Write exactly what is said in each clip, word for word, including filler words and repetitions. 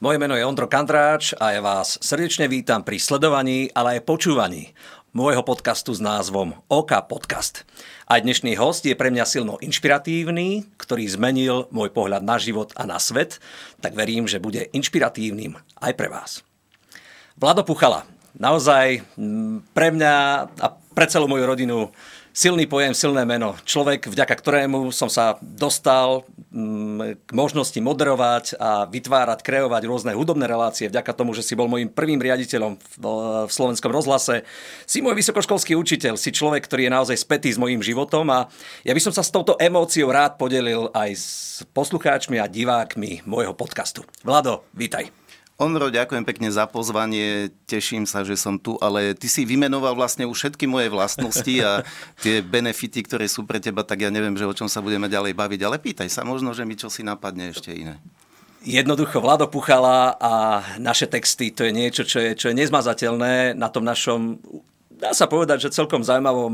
Moje meno je Ondro Kandráč a ja vás srdečne vítam pri sledovaní, ale aj počúvaní môjho podcastu s názvom OK Podcast. A dnešný host je pre mňa silno inšpiratívny, ktorý zmenil môj pohľad na život a na svet, tak verím, že bude inšpiratívnym aj pre vás. Vlado Puchala, naozaj pre mňa a pre celú moju rodinu silný pojem, silné meno. Človek, vďaka ktorému som sa dostal k možnosti moderovať a vytvárať, kreovať rôzne hudobné relácie. Vďaka tomu, že si bol môjim prvým riaditeľom v Slovenskom rozhlase. Si môj vysokoškolský učiteľ, si človek, ktorý je naozaj spätý s mojím životom a ja by som sa s touto emóciou rád podelil aj s poslucháčmi a divákmi môjho podcastu. Vlado, vítaj. Ondro, ďakujem pekne za pozvanie, teším sa, že som tu, ale ty si vymenoval vlastne už všetky moje vlastnosti a tie benefity, ktoré sú pre teba, tak ja neviem, že o čom sa budeme ďalej baviť, ale pýtaj sa, možno, že mi čo si napadne ešte iné. Jednoducho, Vlado Puchala a naše texty, to je niečo, čo je, čo je nezmazateľné na tom našom, dá sa povedať, že celkom zaujímavom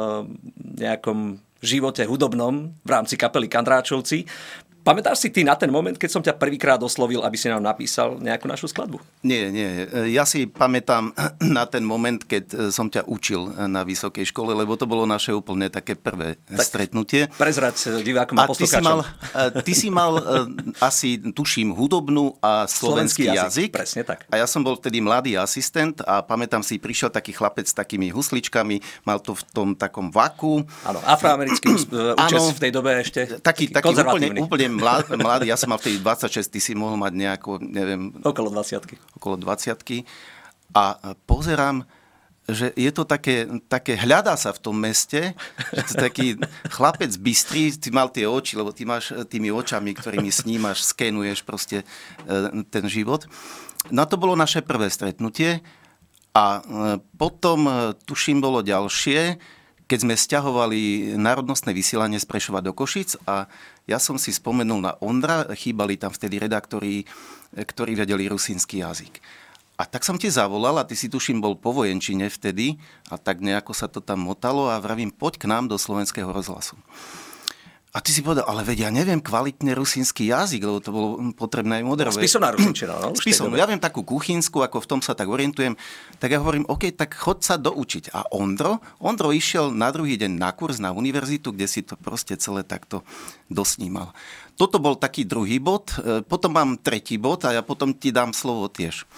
nejakom živote hudobnom v rámci kapely Kandráčovci. Pamätáš si ty na ten moment, keď som ťa prvýkrát oslovil, aby si nám napísal nejakú našu skladbu? Nie, nie. Ja si pamätám na ten moment, keď som ťa učil na vysokej škole, lebo to bolo naše úplne také prvé tak stretnutie. Prezrať divákom a, a poslucháčom. Ty si mal, ty si mal asi, tuším, hudobnú a slovenský, slovenský jazyk. jazyk. Presne tak. A ja som bol vtedy mladý asistent a pamätám si, prišiel taký chlapec s takými husličkami, mal to v tom takom vaku. Áno, afroamerický účes v tej dobe ešte taký, taký úplne, úplne mladý, ja som mal vtedy dvadsaťšesť, ty si mohol mať nejako, neviem... Okolo dvadsiatky. Okolo dvadsiatky. A pozerám, že je to také, také hľadá sa v tom meste, že to taký chlapec bystrý, ty mal tie oči, lebo ty máš tými očami, ktorými snímaš, skenuješ proste ten život. No to bolo naše prvé stretnutie a potom, tuším, bolo ďalšie, keď sme sťahovali národnostné vysielanie z Prešova do Košic a ja som si spomenul na Ondra, chýbali tam vtedy redaktori, ktorí vedeli rusínsky jazyk. A tak som ti zavolal a ty si tuším bol po vojenčine vtedy a tak nejako sa to tam motalo a vravím, poď k nám do Slovenského rozhlasu. A ty si povedal, ale veď ja neviem kvalitne rusínsky jazyk, lebo to bolo potrebné aj moderovať. Spisovná rusinčina, no? Spisovnú. Ja viem takú kuchynskú, ako v tom sa tak orientujem. Tak ja hovorím, OK, tak chod sa doučiť. A Ondro, Ondro išiel na druhý deň na kurz na univerzitu, kde si to proste celé takto dosnímal. Toto bol taký druhý bod. Potom mám tretí bod a ja potom ti dám slovo tiež.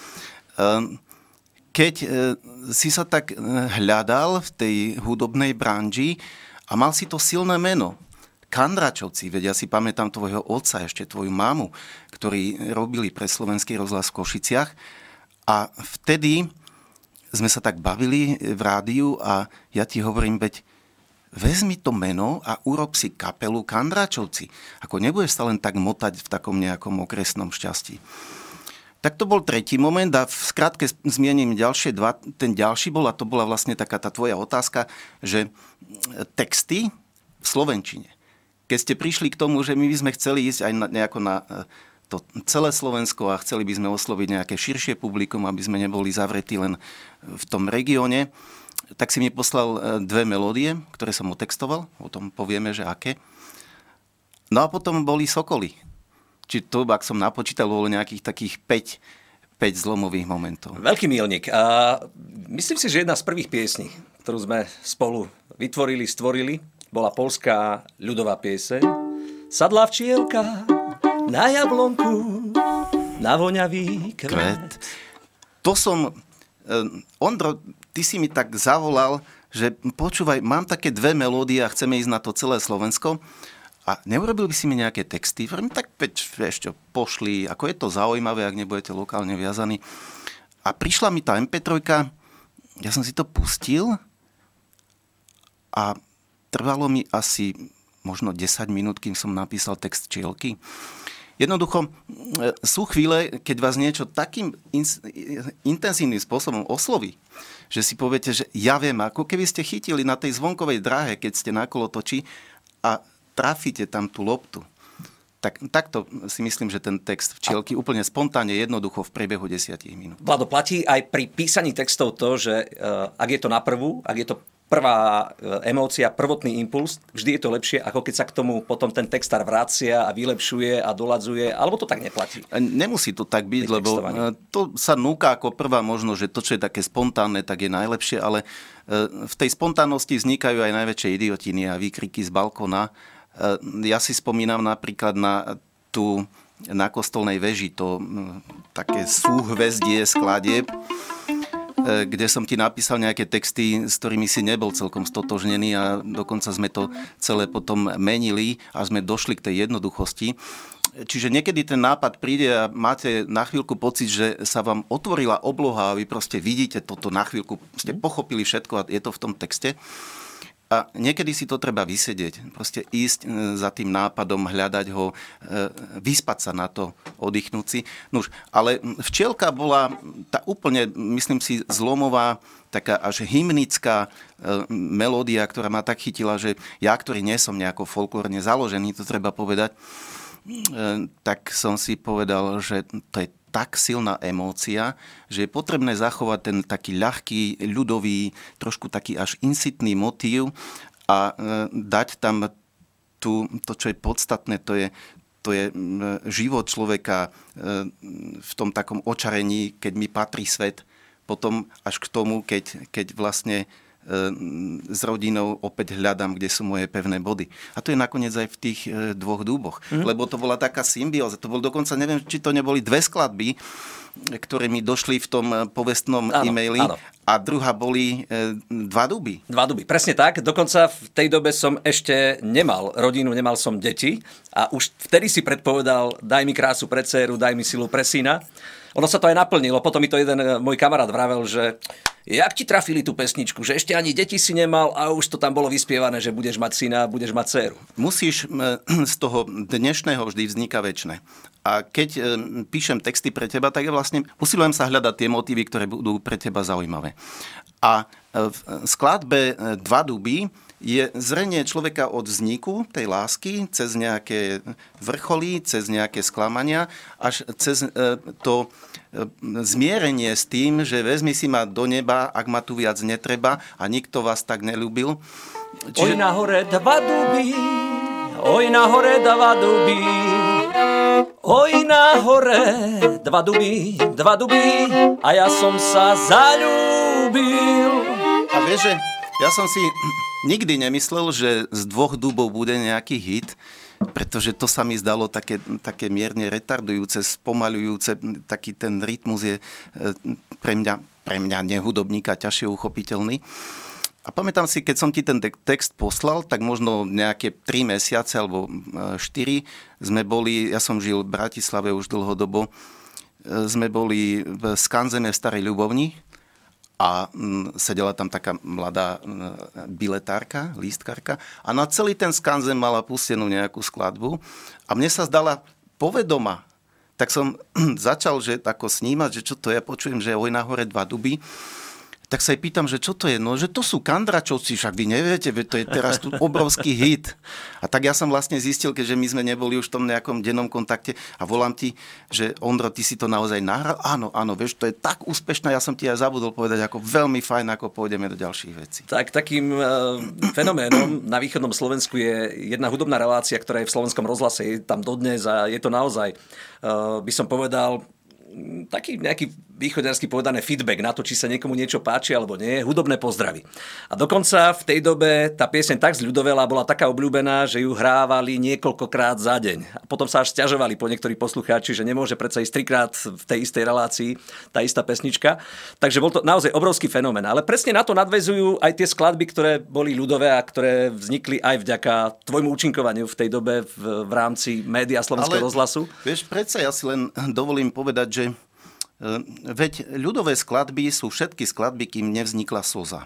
Keď si sa tak hľadal v tej hudobnej branži a mal si to silné meno, Kandráčovci, veď ja si pamätám tvojho otca, ešte tvoju mamu, ktorí robili pre Slovenský rozhlas v Košiciach. A vtedy sme sa tak bavili v rádiu a ja ti hovorím, veď vezmi to meno a urob si kapelu Kandráčovci. Ako nebudeš sa len tak motať v takom nejakom okresnom šťastí. Tak to bol tretí moment a v skratke zmiením ďalšie dva. Ten ďalší bol, a to bola vlastne taká tá tvoja otázka, že texty v slovenčine. Keď ste prišli k tomu, že my by sme chceli ísť aj na, nejako na to celé Slovensko a chceli by sme osloviť nejaké širšie publikum, aby sme neboli zavretí len v tom regióne, tak si mi poslal dve melódie, ktoré som otextoval, o tom povieme, že aké. No a potom boli Sokoly. Či to, ak som napočítal, bolo nejakých takých päť, päť zlomových momentov. Veľký míľnik. A myslím si, že jedna z prvých piesní, ktorú sme spolu vytvorili, stvorili, bola poľská ľudová pieseň. Sadla včielka na jablonku, na voňavý kvet. kvet. To som... Ondro, ty si mi tak zavolal, že počúvaj, mám také dve melódie a chceme ísť na to celé Slovensko. A neurobil by si mi nejaké texty? Tak vieš čo, pošli, ako je to zaujímavé, ak nebudete lokálne viazaní. A prišla mi tá em pé tri, ja som si to pustil a trvalo mi asi možno desať minút, kým som napísal text Čielky. Jednoducho, sú chvíle, keď vás niečo takým in, intenzívnym spôsobom osloví, že si poviete, že ja viem, ako keby ste chytili na tej zvonkovej dráhe, keď ste na kolotoči a trafíte tam tú loptu. Tak, takto si myslím, že ten text Včielky úplne spontánne, jednoducho v priebehu desiatich minút. Vlado, platí aj pri písaní textov to, že uh, ak je to na prvú, ak je to prvá emócia, prvotný impuls, vždy je to lepšie, ako keď sa k tomu potom ten textár vracia a vylepšuje a doladzuje, alebo to tak neplatí? Nemusí to tak byť, lebo to sa núka ako prvá možnosť, že to, čo je také spontánne, tak je najlepšie, ale v tej spontánnosti vznikajú aj najväčšie idiotiny a výkriky z balkóna. Ja si spomínam napríklad na tú na Kostolnej veži, to také súhvezdie skladieb, kde som ti napísal nejaké texty, s ktorými si nebol celkom stotožnený a dokonca sme to celé potom menili a sme došli k tej jednoduchosti. Čiže niekedy ten nápad príde a máte na chvíľku pocit, že sa vám otvorila obloha a vy proste vidíte toto na chvíľku, ste pochopili všetko a je to v tom texte. A niekedy si to treba vysedieť, proste ísť za tým nápadom, hľadať ho, vyspať sa na to, oddychnúť si. Nuž, ale Včielka bola tá úplne, myslím si, zlomová, taká až hymnická melódia, ktorá ma tak chytila, že ja, ktorý nie som nejako folklórne založený, to treba povedať, tak som si povedal, že to je tak silná emócia, že je potrebné zachovať ten taký ľahký, ľudový, trošku taký až insitný motív a dať tam tú, to, čo je podstatné, to je, to je život človeka v tom takom očarení, keď mi patrí svet, potom až k tomu, keď, keď vlastne s rodinou opäť hľadám, kde sú moje pevné body. A to je nakoniec aj v tých dvoch dúboch. Mm. Lebo to bola taká symbióza. To bol dokonca, neviem, či to neboli dve skladby, ktoré mi došli v tom povestnom áno, e-maili. Áno. A druhá boli e, dva duby. Dva duby, presne tak. Dokonca v tej dobe som ešte nemal rodinu, nemal som deti. A už vtedy si predpovedal, daj mi krásu pre dceru, daj mi silu pre syna. Ono sa to aj naplnilo. Potom mi to jeden môj kamarát vravel, že jak ti trafili tú pesničku, že ešte ani deti si nemal a už to tam bolo vyspievané, že budeš mať syna, budeš mať dceru. Musíš, z toho dnešného vždy vzniká večné. A keď píšem texty pre teba, tak je vlastne usilujem sa hľadať tie motívy, ktoré budú pre teba zaujímavé. A v skladbe Dva duby je zrenie človeka od vzniku tej lásky cez nejaké vrcholy, cez nejaké sklamania, až cez to zmierenie s tým, že vezmi si ma do neba, ak ma tu viac netreba a nikto vás tak neľúbil. Čiže... Oj na hore dva duby, oj na hore dva duby, oj na hore dva duby, dva duby a ja som sa zaľúbil. A vieš, že ja som si nikdy nemyslel, že z dvoch dubov bude nejaký hit, pretože to sa mi zdalo také, také mierne retardujúce, spomaľujúce, taký ten rytmus je pre mňa, pre mňa nehudobníka ťažšie uchopiteľný. A pamätám si, keď som ti ten text poslal, tak možno nejaké tri mesiace alebo štyri sme boli, ja som žil v Bratislave už dlhodobo, sme boli v skanzene v Starej Ľubovni, a sedela tam taká mladá biletárka, lístkárka a na celý ten skanzen mala pustenú nejakú skladbu a mne sa zdala povedoma. Tak som začal že ako snímať, že čo to je, počujem, že oj na hore dva duby. Tak sa jej pýtam, že čo to je? No, že to sú Kandračovci, však vy neviete, veď to je teraz tu obrovský hit. A tak ja som vlastne zistil, keďže my sme neboli už v tom nejakom dennom kontakte a volám ti, že Ondro, ty si to naozaj nahral? Áno, áno, vieš, to je tak úspešné, ja som ti aj zabudol povedať, ako veľmi fajn, ako pôjdeme do ďalších vecí. Tak takým e, fenoménom na východnom Slovensku je jedna hudobná relácia, ktorá je v Slovenskom rozhlase, je tam dodnes a je to naozaj, e, by som povedal, taký nejaký východňarsky povedané feedback na to, či sa niekomu niečo páči alebo nie, hudobné pozdravy. A dokonca v tej dobe tá pieseň tak zľudovela, bola taká obľúbená, že ju hrávali niekoľkokrát za deň. A potom sa až sťažovali po niektorí poslucháči, že nemôže predsa ísť trikrát v tej istej relácii tá istá pesnička. Takže bol to naozaj obrovský fenomén. Ale presne na to nadväzujú aj tie skladby, ktoré boli ľudové a ktoré vznikli aj vďaka tvojmu účinkovaniu v tej dobe v, v rámci média Slovenského rozhlasu. Vieš, predsa ja si len dovolím povedať, že veď ľudové skladby sú všetky skladby, kým nevznikla slza.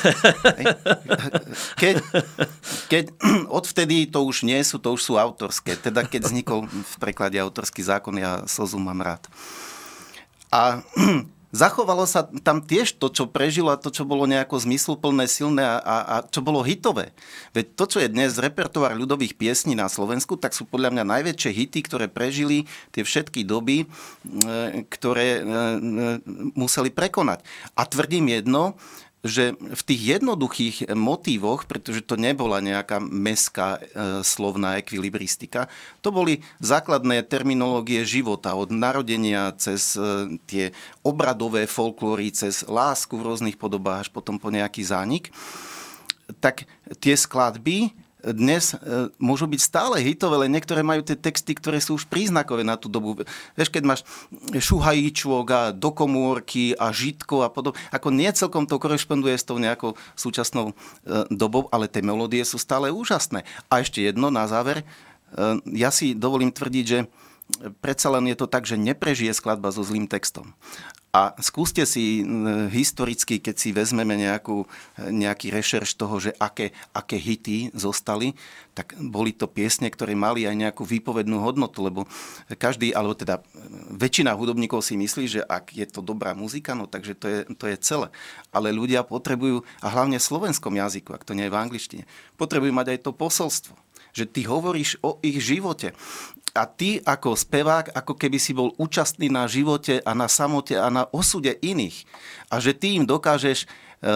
Keď, keď odvtedy to už nie sú, to už sú autorské. Teda keď vznikol v preklade autorský zákon, ja slzu mám rád. A zachovalo sa tam tiež to, čo prežilo a to, čo bolo nejako zmysluplné, silné a, a, a čo bolo hitové. Veď to, čo je dnes repertoár ľudových piesní na Slovensku, tak sú podľa mňa najväčšie hity, ktoré prežili tie všetky doby, ktoré museli prekonať. A tvrdím jedno, že v tých jednoduchých motívoch, pretože to nebola nejaká mestská e, slovná ekvilibristika, to boli základné terminológie života, od narodenia cez e, tie obradové folklóry, cez lásku v rôznych podobách, až potom po nejaký zánik, tak tie skladby dnes e, môžu byť stále hitové, ale niektoré majú tie texty, ktoré sú už príznakové na tú dobu. Vieš, keď máš šuhajíčok a do komórky a žitko a podobne, ako nie celkom to korešponduje s tou nejakou súčasnou e, dobou, ale tie melódie sú stále úžasné. A ešte jedno na záver. E, ja si dovolím tvrdiť, že predsa len je to tak, že neprežije skladba so zlým textom. A skúste si historicky, keď si vezmeme nejakú, nejaký rešerš toho, že aké, aké hity zostali, tak boli to piesne, ktoré mali aj nejakú výpovednú hodnotu, lebo každý, alebo teda väčšina hudobníkov si myslí, že ak je to dobrá muzika, no takže to je, to je celé. Ale ľudia potrebujú, a hlavne v slovenskom jazyku, ak to nie je v angličtine, potrebujú mať aj to posolstvo, že ty hovoríš o ich živote. A ty ako spevák, ako keby si bol účastný na živote a na samote a na osude iných. A že ty im dokážeš e, e,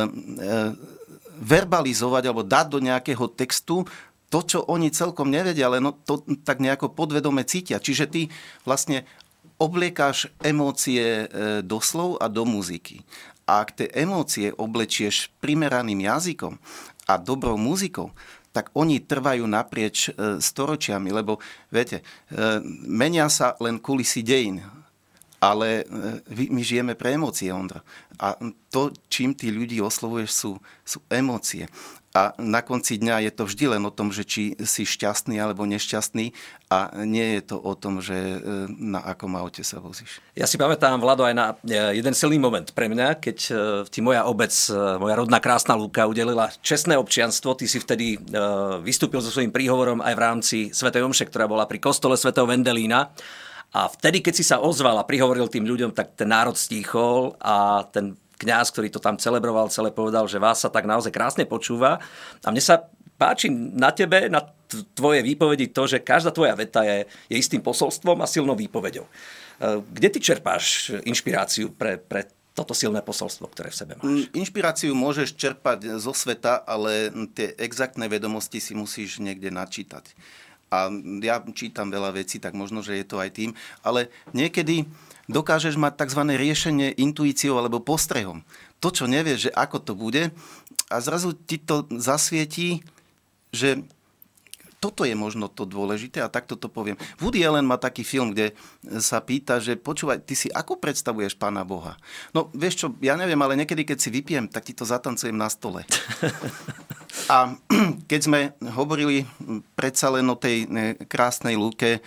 verbalizovať alebo dať do nejakého textu to, čo oni celkom nevedia, ale no, to tak nejako podvedome cítia. Čiže ty vlastne obliekáš emócie e, do slov a do muziky. A ak tie emócie oblečieš primeraným jazykom a dobrou muzikou, tak oni trvajú naprieč e, storočiami, lebo viete, e, menia sa len kulisy dejín, ale e, my žijeme pre emócie, Ondro. A to, čím tí ľudí oslovuješ, sú, sú emócie. A na konci dňa je to vždy len o tom, že či si šťastný alebo nešťastný a nie je to o tom, že na akom aute sa vozíš. Ja si pamätám, Vlado, aj na jeden silný moment pre mňa, keď ti moja obec, moja rodná krásna Lúka udelila čestné občianstvo. Ty si vtedy vystúpil so svojím príhovorom aj v rámci svätej omše, ktorá bola pri kostole svätého Vendelína. A vtedy, keď si sa ozval a prihovoril tým ľuďom, tak ten národ stíchol a ten kňaz, ktorý to tam celebroval, celé povedal, že vás sa tak naozaj krásne počúva. A mne sa páči na tebe, na tvoje výpovedi to, že každá tvoja veta je, je istým posolstvom a silnou výpovedou. Kde ty čerpáš inšpiráciu pre, pre toto silné posolstvo, ktoré v sebe máš? Inšpiráciu môžeš čerpať zo sveta, ale tie exaktné vedomosti si musíš niekde načítať. A ja čítam veľa vecí, tak možno, že je to aj tým, ale niekedy dokážeš mať tzv. Riešenie intuíciou alebo postrehom. To, čo nevieš, že ako to bude, a zrazu ti to zasvietí, že toto je možno to dôležité a takto to poviem. Woody Allen má taký film, kde sa pýta, že počúvaj, ty si ako predstavuješ Pána Boha? No vieš čo, ja neviem, ale niekedy, keď si vypijem, tak ti to zatancujem na stole. A keď sme hovorili predsa len o tej krásnej Lúke,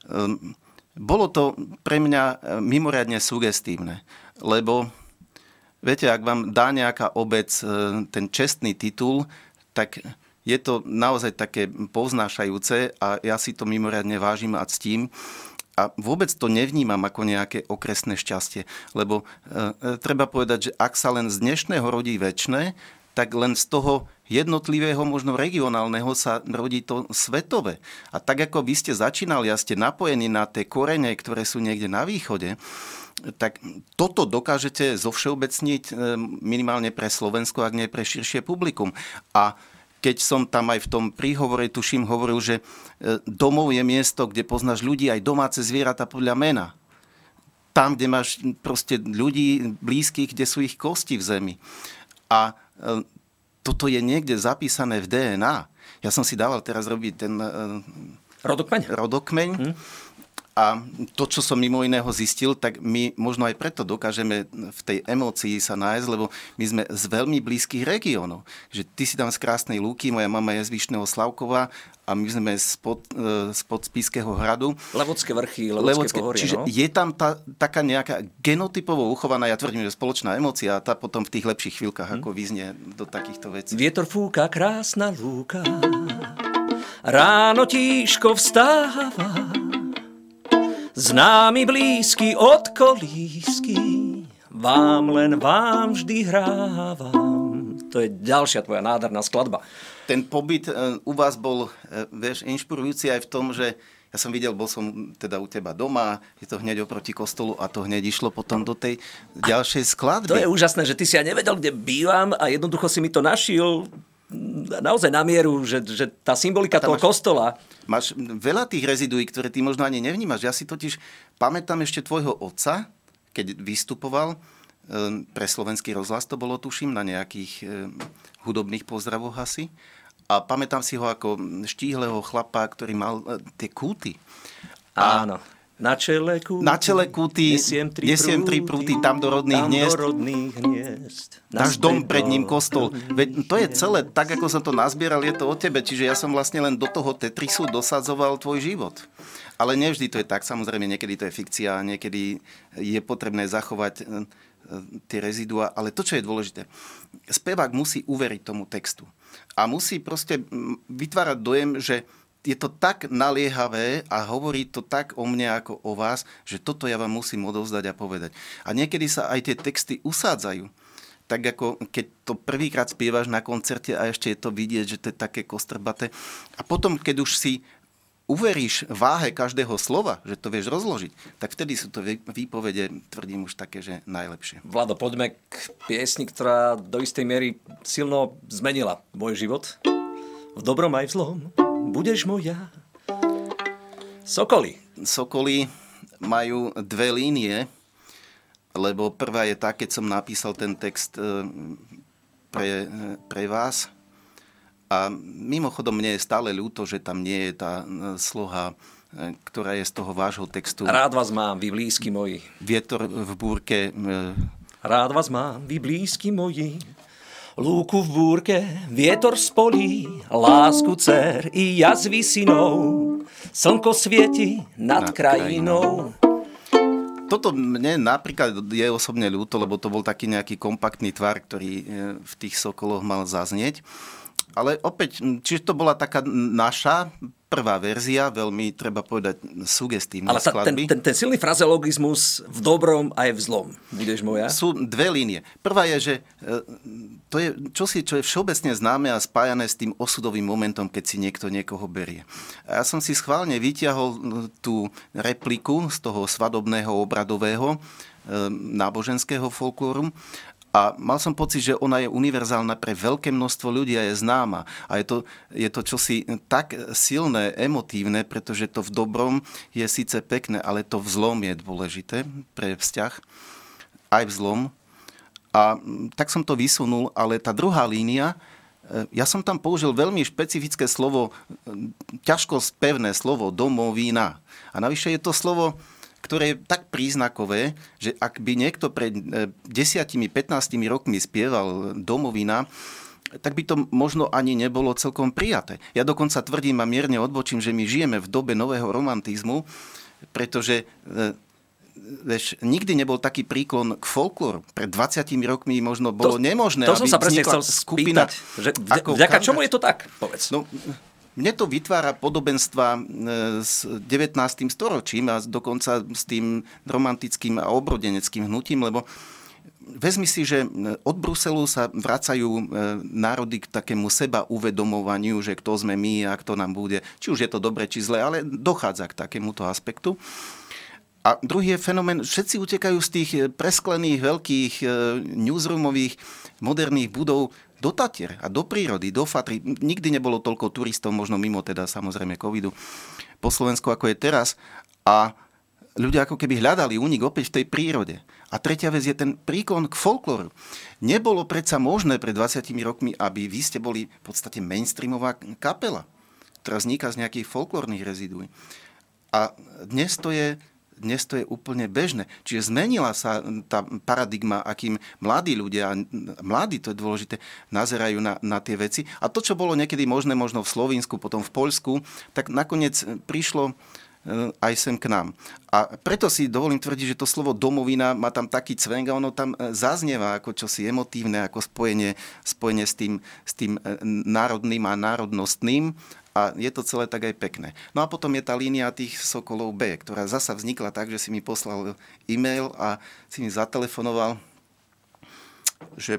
bolo to pre mňa mimoriadne sugestívne, lebo viete, ak vám dá nejaká obec ten čestný titul, tak je to naozaj také povznášajúce a ja si to mimoriadne vážim a ctím. A vôbec to nevnímam ako nejaké okresné šťastie, lebo e, treba povedať, že ak sa len z dnešného rodí večné, tak len z toho jednotlivého, možno regionálneho sa rodí to svetové. A tak ako vy ste začínali a ste napojení na tie korene, ktoré sú niekde na východe, tak toto dokážete zovšeobecniť minimálne pre Slovensko, ak nie pre širšie publikum. A keď som tam aj v tom príhovore, tuším, hovoril, že domov je miesto, kde poznáš ľudí, aj domáce zvieratá podľa mena. Tam, kde máš proste ľudí blízkych, kde sú ich kosti v zemi. A toto je niekde zapísané v dé en á. Ja som si dával teraz robiť ten rodokmeň. rodokmeň. Hmm. A to, čo som mimo iného zistil, tak my možno aj preto dokážeme v tej emócii sa nájsť, lebo my sme z veľmi blízkych regiónov. Že ty si tam z Krásnej Lúky, moja mama je z Vyšného Slavkova a my sme spod, spod Spišského hradu. Levodské vrchy, Levodské pohorie. Čiže no? je tam tá, taká nejaká genotypovo uchovaná, ja tvrdím, že spoločná emócia a tá potom v tých lepších chvíľkach hmm. ako vyznie do takýchto vecí. Vietor fúka, Krásna Lúka, ráno tíško vstáva, známy blízky od kolísky, vám len vám vždy hrávam. To je ďalšia tvoja nádherná skladba. Ten pobyt u vás bol, vieš, inšpirujúci aj v tom, že Ja som videl, bol som teda u teba doma, je to hneď oproti kostolu a to hneď išlo potom do tej ďalšej skladby. To je úžasné, že ty si ja nevedel, kde bývam a jednoducho si mi to našiel naozaj na mieru, že, že tá symbolika toho máš, kostola. Máš veľa tých reziduí, ktoré ty možno ani nevnímaš. Ja si totiž pamätám ešte tvojho otca, keď vystupoval pre Slovenský rozhlas, to bolo tuším, na nejakých hudobných pozdravoch asi. A pamätám si ho ako štíhleho chlapa, ktorý mal tie kúty. A áno. Na čele kúty, na čele kúty nesiem tri, nesiem tri prúty, tam do rodných tam hniezd. Do rodných hniezd. Náš dom, pred ním kostol. Veď to je celé, tak ako som to nazbieral, je to o tebe. Čiže ja som vlastne len do toho Tetrisu dosadzoval tvoj život. Ale nevždy to je tak, samozrejme, niekedy to je fikcia, niekedy je potrebné zachovať tie rezidua, ale to, čo je dôležité, spevák musí uveriť tomu textu. A musí proste vytvárať dojem, že je to tak naliehavé a hovorí to tak o mne ako o vás, že toto ja vám musím odovzdať a povedať. A niekedy sa aj tie texty usádzajú. Tak ako keď to prvýkrát spievaš na koncerte a ešte je to vidieť, že to je také kostrbaté. A potom, keď už si uveríš váhe každého slova, že to vieš rozložiť, tak vtedy sú to výpovede, tvrdím už také, že najlepšie. Vlado, poďme k piesni, ktorá do istej miery silno zmenila môj život. V dobrom aj v zlom budeš moja. Sokoly. Sokoly majú dve línie, lebo prvá je tá, keď som napísal ten text pre, pre vás. A mimochodom mne je stále ľúto, že tam nie je tá sloha, ktorá je z toho vášho textu. Rád vás mám, vy blízky moji. Vietor v búrke. Rád vás mám, vy blízky moji. Lúku v búrke, vietor z polí, lásku dcer i jazvy synov. Slnko svieti nad, nad krajinou. Toto mne napríklad je osobne ľúto, lebo to bol taký nejaký kompaktný tvar, ktorý v tých Sokoloch mal zaznieť. Ale opäť, čiže to bola taká naša prvá verzia, veľmi, treba povedať, sugestívna ale ta, skladby. Ale ten, ten, ten silný frazeologizmus v dobrom aj v zlom. Budeš moja? Sú dve línie. Prvá je, že to je čosi, čo je všeobecne známe a spájané s tým osudovým momentom, keď si niekto niekoho berie. A ja som si schválne vyťahol tú repliku z toho svadobného obradového náboženského folklóru. A mal som pocit, že ona je univerzálna pre veľké množstvo ľudí a je známa. A je to, je to čosi tak silné, emotívne, pretože to v dobrom je síce pekné, ale to v zlom je dôležité pre vzťah. Aj v zlom. A tak som to vysunul, ale tá druhá línia, ja som tam použil veľmi špecifické slovo, ťažko spevné slovo, domovina. A navyše je to slovo, ktoré je tak príznakové, že ak by niekto pred desiatimi, pätnástimi rokmi spieval domovina, tak by to možno ani nebolo celkom prijaté. Ja dokonca tvrdím a mierne odbočím, že my žijeme v dobe nového romantizmu, pretože vieš, nikdy nebol taký príklon k folklóru. Pred dvadsiatimi rokmi možno bolo to, nemožné, to aby som sa presne chcel skupina. Spýtať, že vďaka čomu je to tak? Povedz. No, mne to vytvára podobenstva s devätnástym storočím a dokonca s tým romantickým a obrodeneckým hnutím, lebo vezmi si, že od Bruselu sa vracajú národy k takému seba uvedomovaniu, že kto sme my a kto nám bude. Či už je to dobre, či zle, ale dochádza k takémuto aspektu. A druhý je fenomén, všetci utekajú z tých presklených, veľkých, newsroomových, moderných budov do Tatier a do prírody, do Fatry. Nikdy nebolo toľko turistov, možno mimo teda samozrejme covidu, po Slovensku ako je teraz. A ľudia ako keby hľadali únik opäť v tej prírode. A tretia vec je ten príklon k folklóru. Nebolo predsa možné pred dvadsiatimi rokmi, aby vy ste boli v podstate mainstreamová kapela, ktorá vzniká z nejakých folklórnych rezidúí. A dnes to je Dnes to je úplne bežné. Čiže zmenila sa tá paradigma, akým mladí ľudia, mladí, to je dôležité, nazerajú na, na tie veci. A to, čo bolo niekedy možné, možno v Slovinsku, potom v Poľsku, tak nakoniec prišlo aj sem k nám. A preto si dovolím tvrdiť, že to slovo domovina má tam taký cvenk a ono tam zaznieva ako čosi emotívne, ako spojenie, spojenie s tým, s tým národným a národnostným. A je to celé tak aj pekné. No a potom je tá línia tých Sokolov B, ktorá zasa vznikla tak, že si mi poslal e-mail a si mi zatelefonoval, že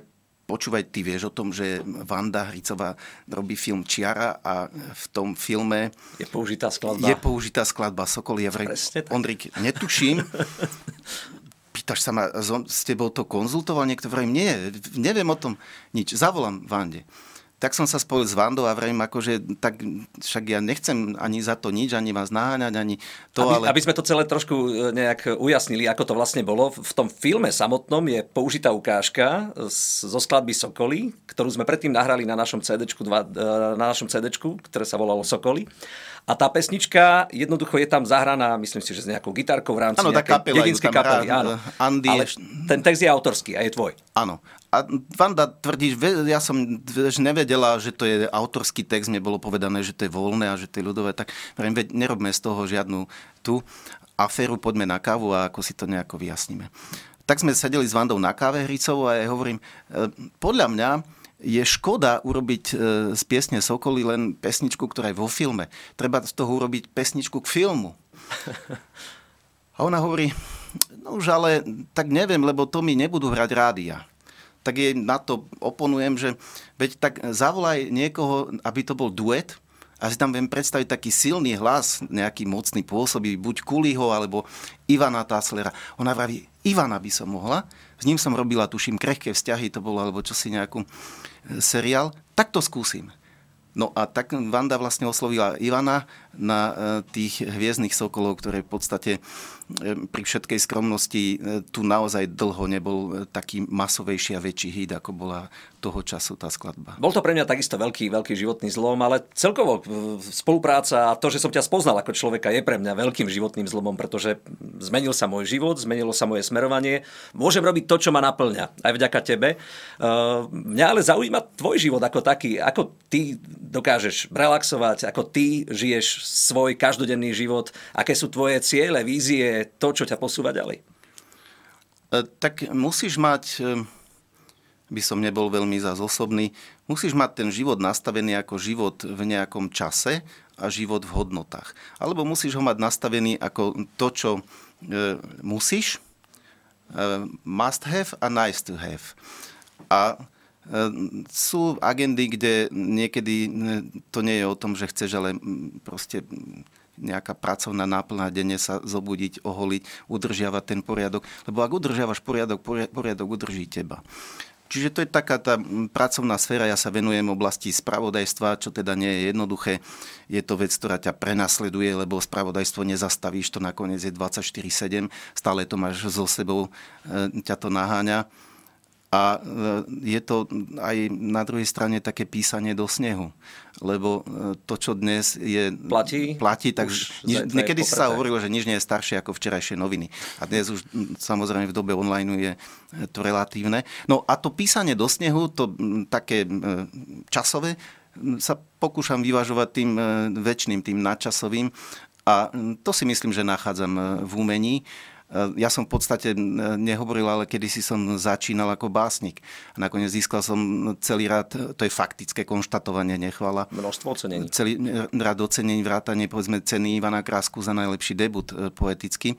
počúvaj, ty vieš o tom, že Vanda Hricová robí film Čiara a v tom filme je použitá skladba, je použitá skladba Sokol. Ja vrem, Ondrik, netuším. Pýtaš sa ma, s tebou to konzultoval niekto? Vrem, nie, neviem o tom nič. Zavolám Vande. Tak som sa spojil s Vandou a vrejme, akože, tak však ja nechcem ani za to nič, ani vás naháňať, ani to, aby, ale... Aby sme to celé trošku nejak ujasnili, ako to vlastne bolo. V tom filme samotnom je použitá ukážka zo skladby Sokoly, ktorú sme predtým nahrali na našom cédečku, na našom cédečku, ktoré sa volalo Sokoly. A tá pesnička, jednoducho je tam zahraná, myslím si, že s nejakou gitarkou v rámci ano, nejakej dedinskej kapely. Áno, Andy ale je... ten text je autorský a je tvoj. Áno. A Vanda tvrdí, ja som nevedela, že to je autorský text, mne bolo povedané, že to je voľné a že to je ľudové, tak veď nerobme z toho žiadnu tú aféru, poďme na kávu a ako si to nejako vyjasníme. Tak sme sedeli s Vandou na káve Hricovou a ja hovorím, podľa mňa je škoda urobiť z piesne Sokoly len pesničku, ktorá je vo filme. Treba z toho urobiť pesničku k filmu. A ona hovorí, no už ale tak neviem, lebo to mi nebudú hrať rádia. Tak jej na to oponujem, že veď tak zavolaj niekoho, aby to bol duet a si tam viem predstaviť taký silný hlas, nejaký mocný pôsobí, buď Kuliho, alebo Ivana Táslera. Ona vraví, Ivana by som mohla, s ním som robila, tuším, Krehké vzťahy, to bolo, alebo čosi nejakú seriál, tak to skúsim. No a tak Vanda vlastne oslovila Ivana na tých Hviezdnych sokolov, ktoré v podstate pri všetkej skromnosti tu naozaj dlho nebol taký masovejší a väčší hit, ako bola toho času tá skladba. Bol to pre mňa takisto veľký, veľký životný zlom, ale celkovo spolupráca a to, že som ťa spoznal ako človeka, je pre mňa veľkým životným zlomom, pretože zmenil sa môj život, zmenilo sa moje smerovanie. Môžem robiť to, čo ma naplňa, aj vďaka tebe. Mňa ale zaujíma tvoj život ako taký, ako ty dokážeš relaxovať, ako ty žiješ svoj každodenný život, aké sú tvoje ciele, vízie, to, čo ťa posúva ďalej. Tak musíš mať, by som nebol veľmi zás osobný, musíš mať ten život nastavený ako život v nejakom čase a život v hodnotách. Alebo musíš ho mať nastavený ako to, čo e, musíš, e, must have a nice to have. A sú agendy, kde niekedy to nie je o tom, že chceš, ale proste nejaká pracovná náplň, denne sa zobudiť, oholiť, udržiavať ten poriadok. Lebo ak udržiavaš poriadok, poriadok udrží teba. Čiže to je taká tá pracovná sféra, ja sa venujem oblasti spravodajstva, čo teda nie je jednoduché. Je to vec, ktorá ťa prenasleduje, lebo spravodajstvo nezastavíš, to nakoniec je dvadsaťštyri sedem, stále to máš so sebou, ťa to naháňa. A je to aj na druhej strane také písanie do snehu. Lebo to, čo dnes je... Platí? Platí, tak nič, niekedy sa hovorilo, že nič nie je staršie ako včerajšie noviny. A dnes už samozrejme v dobe online je to relatívne. No a to písanie do snehu, to také časové, sa pokúšam vyvažovať tým večným, tým nadčasovým. A to si myslím, že nachádzam v umení. Ja som v podstate nehovoril, ale kedysi som začínal ako básnik. A nakoniec získal som celý rád, to je faktické konštatovanie, nechvála. Množstvo ocenení. Celý rád ocenení, vrátanie, povedzme, ceny Ivana Krásku za najlepší debut poetický.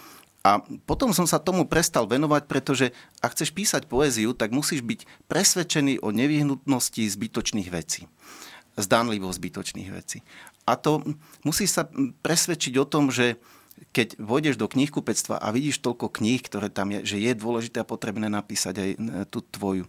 A potom som sa tomu prestal venovať, pretože ak chceš písať poéziu, tak musíš byť presvedčený o nevyhnutnosti zbytočných vecí. Zdánlivo zbytočných vecí. A to musíš sa presvedčiť o tom, že keď vojdeš do knihkupectva a vidíš toľko kníh, ktoré tam je, že je dôležité a potrebné napísať aj tú tvoju.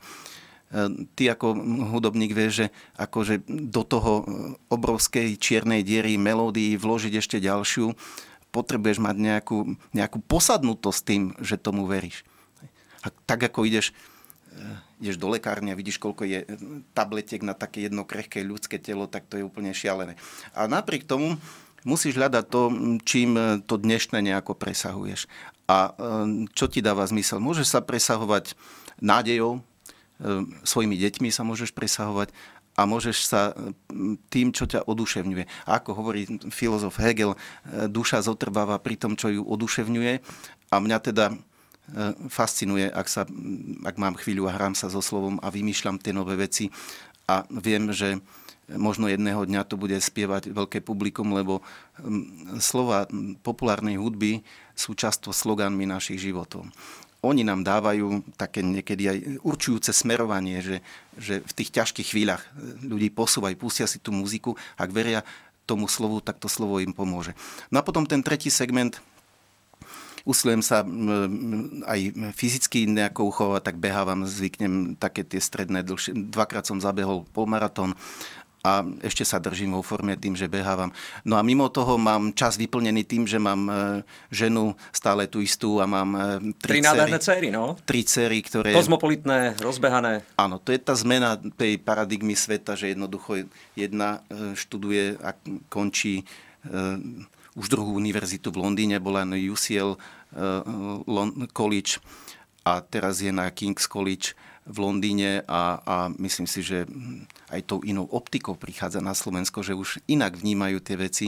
Ty ako hudobník vieš, že akože do toho obrovskej čiernej diery melódii vložiť ešte ďalšiu, potrebuješ mať nejakú, nejakú posadnutosť tým, že tomu veríš. A tak ako ideš, ideš do lekárne a vidíš, koľko je tabletiek na také jedno krehké ľudské telo, tak to je úplne šialené. A napriek tomu musíš hľadať to, čím to dnešné nejako presahuješ. A čo ti dáva zmysel? Môžeš sa presahovať nádejou, svojimi deťmi sa môžeš presahovať a môžeš sa tým, čo ťa oduševňuje. A ako hovorí filozof Hegel, duša zotrváva pri tom, čo ju oduševňuje. A mňa teda fascinuje, ak, sa, ak mám chvíľu a hrám sa so slovom a vymýšľam tie nové veci a viem, že možno jedného dňa to bude spievať veľké publikum, lebo slova populárnej hudby sú často sloganmi našich životov. oni nám dávajú také niekedy aj určujúce smerovanie, že, že v tých ťažkých chvíľach ľudí posúvajú, pustia si tú muziku, ak veria tomu slovu, tak to slovo im pomôže. No a potom ten tretí segment, usilujem sa aj fyzicky nejako uchovať, tak behávam, zvyknem také tie stredné dlhšie. Dvakrát som zabehol polmaratón a ešte sa držím vo forme tým, že behávam. No a mimo toho mám čas vyplnený tým, že mám ženu stále tú istú a mám tri, tri nádherné céry, no. Tri céry, ktoré... Kozmopolitné, rozbehané. Áno, to je tá zmena tej paradigmy sveta, že jednoducho jedna študuje a končí už druhú univerzitu v Londýne, bola na U C L College a teraz je na King's College v Londýne a, a myslím si, že aj tou inou optikou prichádza na Slovensko, že už inak vnímajú tie veci.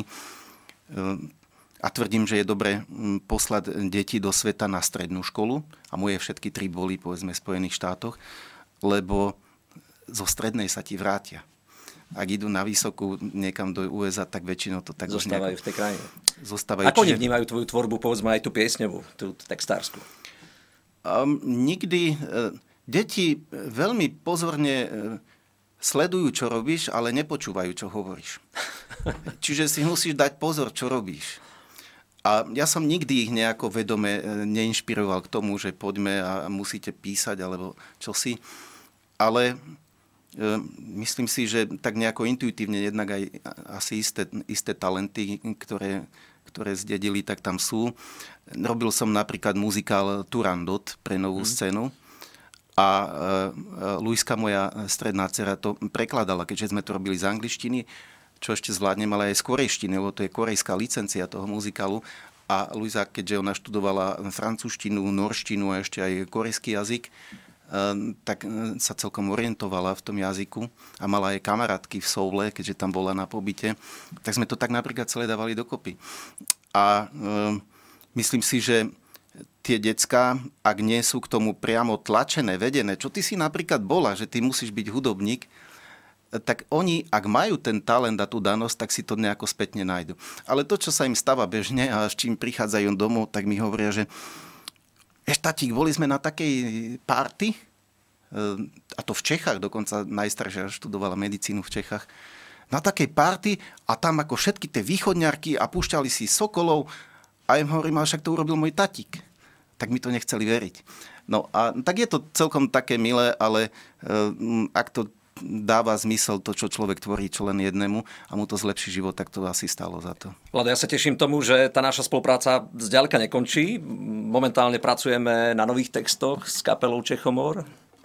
A tvrdím, že je dobre poslať deti do sveta na strednú školu a moje všetky tri boli, povedzme, v Spojených štátoch, lebo zo strednej sa ti vrátia. Ak idú na vysokú niekam do U S A, tak väčšinou to tak zostávajú v tej krajine. Zostávajú. Ako oni vnímajú tvoju tvorbu, povedzme aj tú piesňovú, tú textársku? Um, nikdy... Uh, Deti veľmi pozorne sledujú, čo robíš, ale nepočúvajú, čo hovoríš. Čiže si musíš dať pozor, čo robíš. A ja som nikdy ich nejako vedome neinšpiroval k tomu, že poďme a musíte písať, alebo čosi. Ale e, myslím si, že tak nejako intuitívne jednak aj asi isté, isté talenty, ktoré, ktoré zdedili, tak tam sú. Robil som napríklad muzikál Turandot pre Novú mm. scénu. A e, Luiska, moja stredná dcera, to prekladala, keďže sme to robili z angličtiny, čo ešte zvládnem, ale aj z korejštiny, lebo to je korejská licencia toho muzikálu. A Luisa, keďže ona študovala francúzštinu, norštinu a ešte aj korejský jazyk, e, tak sa celkom orientovala v tom jazyku a mala aj kamarátky v Soule, keďže tam bola na pobyte. Tak sme to tak napríklad celé dávali dokopy. A e, myslím si, že tie decká, ak nie sú k tomu priamo tlačené, vedené, čo ty si napríklad bola, že ty musíš byť hudobník, tak oni, ak majú ten talent a tú danosť, tak si to nejako spätne nájdu. Ale to, čo sa im stáva bežne a s čím prichádzajú domov, tak mi hovoria, že eš, tatík, boli sme na takej party, a to v Čechách, dokonca najstaršia študovala medicínu v Čechách, na takej party a tam ako všetky tie východňarky a púšťali si Sokolov. A im hovorím, ale však to urobil môj tatík. Tak mi to nechceli veriť. No a tak je to celkom také milé, ale e, ak to dáva zmysel to, čo človek tvorí, čo len jednému a mu to zlepší život, tak to asi stálo za to. Vlado, ja sa teším tomu, že tá naša spolupráca zďaleka nekončí. Momentálne pracujeme na nových textoch s kapelou Čechomor.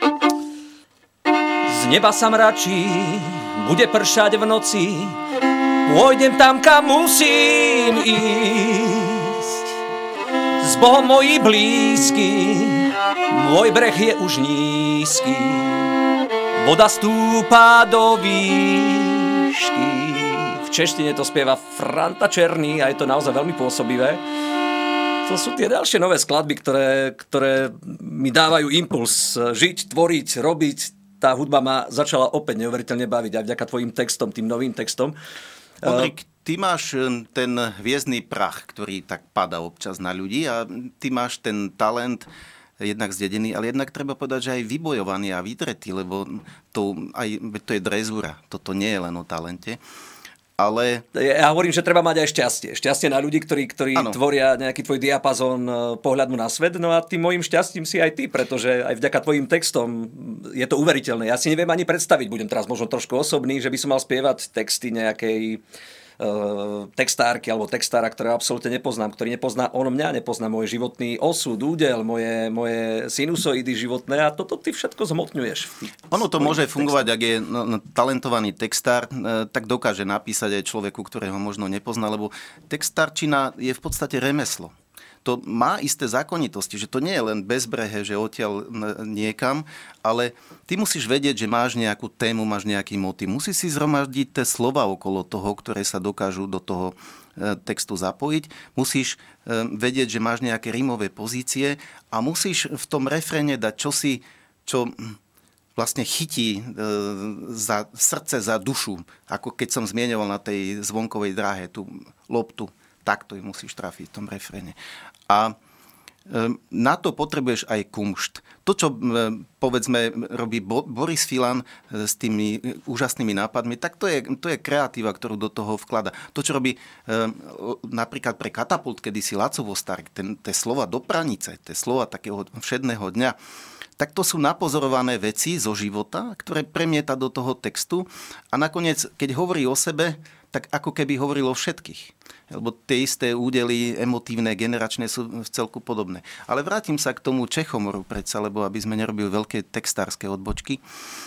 Z neba sa mračí, bude pršať v noci, pôjdem tam, kam musím ísť. S Bohom moji blízky, môj breh je už nízky, voda stúpa do výšky. V češtine to spieva Franta Černý a je to naozaj veľmi pôsobivé. To sú tie ďalšie nové skladby, ktoré, ktoré mi dávajú impuls žiť, tvoriť, robiť. Tá hudba ma začala opäť neuveriteľne baviť aj vďaka tvojim textom, tým novým textom. Ondrik, ty máš ten hviezdny prach, ktorý tak padá občas na ľudí a ty máš ten talent jednak zdedený, ale jednak treba povedať, že aj vybojovaný a vytretý, lebo to, aj, to je drezúra. Toto nie je len o talente. Ale... Ja hovorím, že treba mať aj šťastie. Šťastie na ľudí, ktorí, ktorí tvoria nejaký tvoj diapazón pohľadu na svet. No a tým mojím šťastím si aj ty, pretože aj vďaka tvojim textom je to uveriteľné. Ja si neviem ani predstaviť, budem teraz možno trošku osobný, že by som mal spievať texty nejakej textárky alebo textára, ktorého absolútne nepoznám, ktorý nepozná on mňa, nepozná môj životný osud, údel, moje, moje sinusoidy životné a toto ty všetko zhmotňuješ. Ono to môže fungovať, ak je no, no, talentovaný textár, e, tak dokáže napísať aj človeku, ktorého možno nepozná, lebo textárčina je v podstate remeslo. To má isté zákonitosti, že to nie je len bezbrehé, že odtiaľ niekam, ale ty musíš vedieť, že máš nejakú tému, máš nejaký motív. Musíš si zhromaždiť tie slova okolo toho, ktoré sa dokážu do toho textu zapojiť. Musíš vedieť, že máš nejaké rímové pozície a musíš v tom refréne dať čosi, čo vlastne chytí za srdce, za dušu. Ako keď som zmieňoval na tej zvonkovej dráhe, tú loptu. Takto ju musíš trafiť v tom refréne. A Na to potrebuješ aj kumšt. To, čo povedzme robí Boris Filan s tými úžasnými nápadmi, tak to je, to je kreatíva, ktorú do toho vklada. To, čo robí napríklad pre Katapult, kedysi Laco Vostárek, tie slova do pranice, tie slova takého všedného dňa, tak to sú napozorované veci zo života, ktoré premieta do toho textu a nakoniec, keď hovorí o sebe, tak ako keby hovoril o všetkých. Lebo tie isté údely emotívne, generačné sú v celku podobné. Ale vrátim sa k tomu Čechomoru predsa, lebo aby sme nerobili veľké textárske odbočky.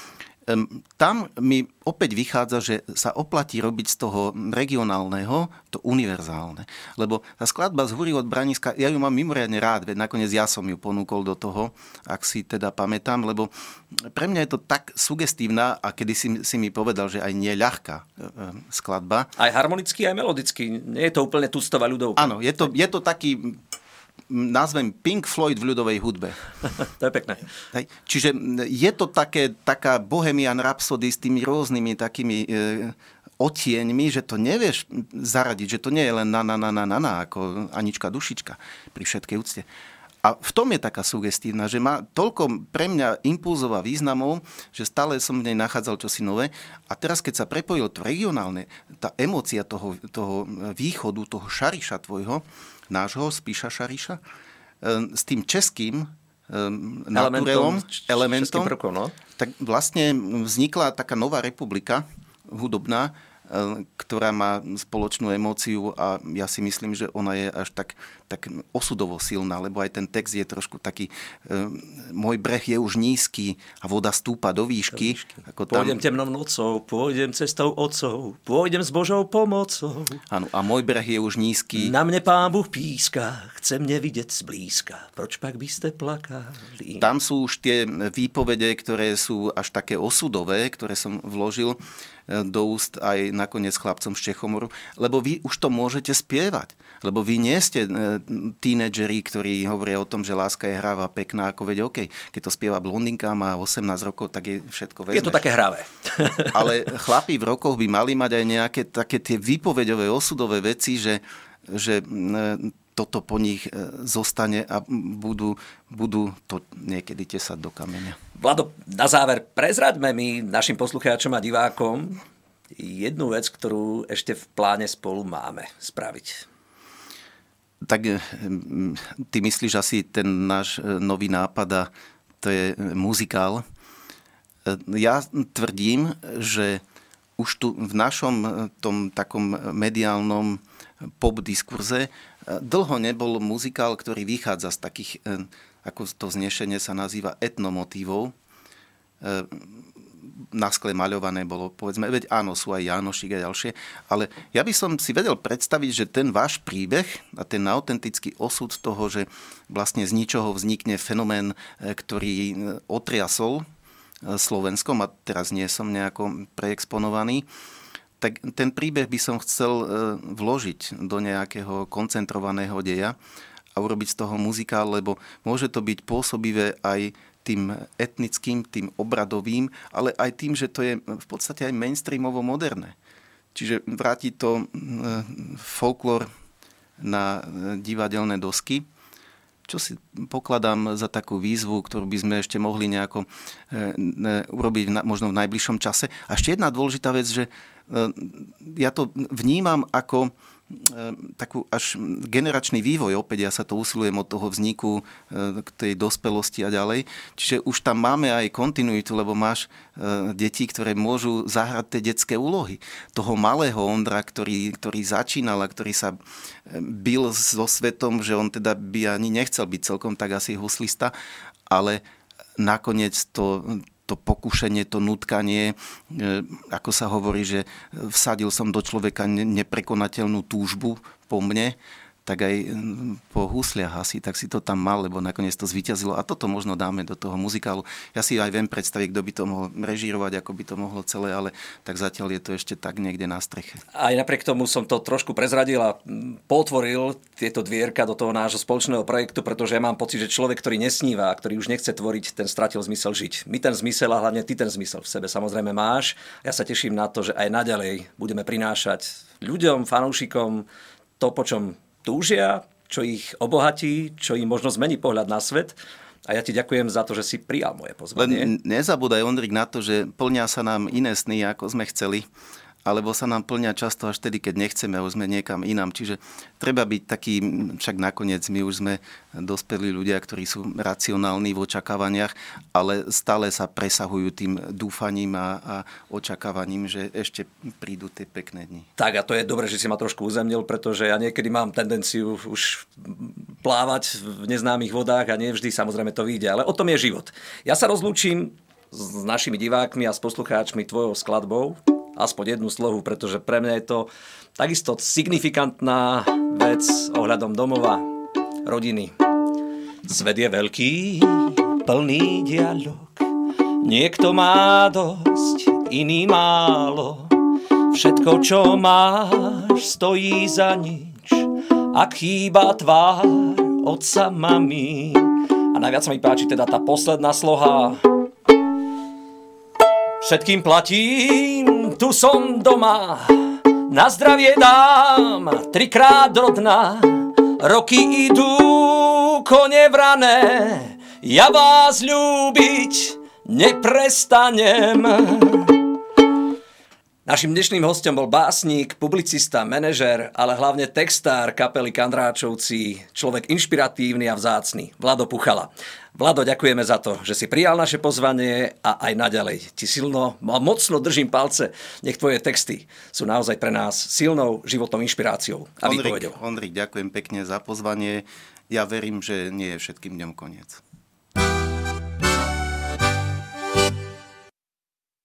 Tam mi opäť vychádza, že sa oplatí robiť z toho regionálneho to univerzálne. Lebo tá skladba z Húry od Braniska, ja ju mám mimoriadne rád, veď nakoniec ja som ju ponúkol do toho, ak si teda pamätám, lebo pre mňa je to tak sugestívna a kedy si, si mi povedal, že aj nie ľahká skladba. Aj harmonicky, aj melodicky. Nie je to úplne tuctová ľudovka. Áno, je to, je to taký... nazvem Pink Floyd v ľudovej hudbe. To je pekné. Čiže je to také, taká Bohemian Rhapsody s tými rôznymi takými e, odtieňmi, že to nevieš zaradiť, že to nie je len na, na, na, na, na, na ako Anička Dušička pri všetkej úcte. A v tom je taká sugestívna, že má toľko pre mňa impulzov a významov, že stále som v nej nachádzal čosi nové. A teraz, keď sa prepojilo to regionálne, tá emócia toho, toho východu, toho šariša tvojho, nášho Spíša Šariša, s tým českým naturelom, elementom, prvkom, no? tak vlastne vznikla taká nová republika hudobná, ktorá má spoločnú emóciu a ja si myslím, že ona je až tak, tak osudovo silná, lebo aj ten text je trošku taký e, môj breh je už nízky a voda stúpa do výšky. Do výšky. Ako tam... Pôjdem temnou nocou, pôjdem cestou otcov, pôjdem s Božou pomocou. Áno, a môj breh je už nízky. Na mne Pán Boh píska, chce mne vidieť zblízka. Proč pak by ste plakali? Tam sú už tie výpovede, ktoré sú až také osudové, ktoré som vložil do úst aj nakoniec chlapcom z Čechomoru, lebo vy už to môžete spievať. Lebo vy nie ste tínedžeri, ktorí hovoria o tom, že láska je hravá, pekná, ako veď OK, keď to spieva blondinka, má osemnásť rokov, tak je všetko vezmeš. Je to také hravé. Ale chlapi v rokoch by mali mať aj nejaké také tie výpoveďové, osudové veci, že, že toto po nich zostane a budú, budú to niekedy tesať do kameňa. Vlado, na záver prezraďme my našim poslucháčom a divákom jednu vec, ktorú ešte v pláne spolu máme spraviť. Tak ty myslíš asi ten náš nový nápad a to je muzikál. Ja tvrdím, že už tu v našom tom takom mediálnom pop diskurze dlho nebol muzikál, ktorý vychádza z takých, ako to vznešenie sa nazýva, etnomotívov. Na skle maľované bolo, povedzme, veď áno, sú aj Jánošik a ďalšie, ale ja by som si vedel predstaviť, že ten váš príbeh a ten autentický osud toho, že vlastne z ničoho vznikne fenomén, ktorý otriasol Slovenskom, a teraz nie som nejako preexponovaný, tak ten príbeh by som chcel vložiť do nejakého koncentrovaného deja a urobiť z toho muzikál, lebo môže to byť pôsobivé aj tým etnickým, tým obradovým, ale aj tým, že to je v podstate aj mainstreamovo moderné. Čiže vráti to folklór na divadelné dosky, čo si pokladám za takú výzvu, ktorú by sme ešte mohli nejako urobiť možno v najbližšom čase. A ešte jedna dôležitá vec, že ja to vnímam ako takú až generačný vývoj. Opäť ja sa to usilujem od toho vzniku k tej dospelosti a ďalej. Čiže už tam máme aj kontinuitu, lebo máš deti, ktoré môžu zahrať tie detské úlohy. Toho malého Ondra, ktorý, ktorý začínal a ktorý sa bil so svetom, že on teda by ani nechcel byť celkom tak asi huslista, ale nakoniec to to pokušenie, to nutkanie, ako sa hovorí, že vsadil som do človeka neprekonateľnú túžbu po mne, tak aj po husliach asi, tak si to tam mal, lebo nakoniec to zvíťazilo. A toto možno dáme do toho muzikálu. Ja si aj viem predstaviť, kto by to mohol režírovať, ako by to mohlo celé, ale tak zatiaľ je to ešte tak niekde na streche. Aj napriek tomu som to trošku prezradil a potvoril tieto dvierka do toho nášho spoločného projektu, pretože ja mám pocit, že človek, ktorý nesníva, ktorý už nechce tvoriť, ten stratil zmysel žiť. My ten zmysel a hlavne ty ten zmysel v sebe samozrejme máš. Ja sa teším na to, že aj naďalej budeme prinášať ľuďom, fanúšikom to, po čom túžia, čo ich obohatí, čo im možno zmení pohľad na svet. A ja ti ďakujem za to, že si prijal moje pozvanie. Len nezabúdaj, Ondrik, na to, že plnia sa nám iné sny, ako sme chceli, alebo sa nám plnia často až tedy, keď nechceme a už sme niekam inám. Čiže treba byť taký, však nakoniec my už sme dospelí ľudia, ktorí sú racionálni v očakávaniach, ale stále sa presahujú tým dúfaním a, a očakávaním, že ešte prídu tie pekné dni. Tak a to je dobré, že si ma trošku uzemnil, pretože ja niekedy mám tendenciu už plávať v neznámych vodách a nie vždy samozrejme to vyjde, ale o tom je život. Ja sa rozlúčim s našimi divákmi a s poslucháčmi tvojou skladbou, aspoň jednu slohu, pretože pre mňa je to takisto signifikantná vec ohľadom domova, rodiny. Svet je veľký, plný dialog. Niekto má dosť, iný málo. Všetko, čo máš, stojí za nič. Ak chýba tvár otca, mami. A najviac sa mi páči teda tá posledná sloha. Všetkým platím, tu som doma, na zdravie dám, trikrát rodná. Roky idú, kone vrané, ja vás ľúbiť neprestanem. Naším dnešným hostom bol básnik, publicista, manažer, ale hlavne textár kapely Kandráčovci, človek inšpiratívny a vzácny, Vlado Puchala. Vlado, ďakujeme za to, že si prijal naše pozvanie a aj naďalej ti silno a mocno držím palce. Nech tvoje texty sú naozaj pre nás silnou životnou inšpiráciou a výpovedou. Ondrik, ďakujem pekne za pozvanie. Ja verím, že nie je všetkým dňom koniec.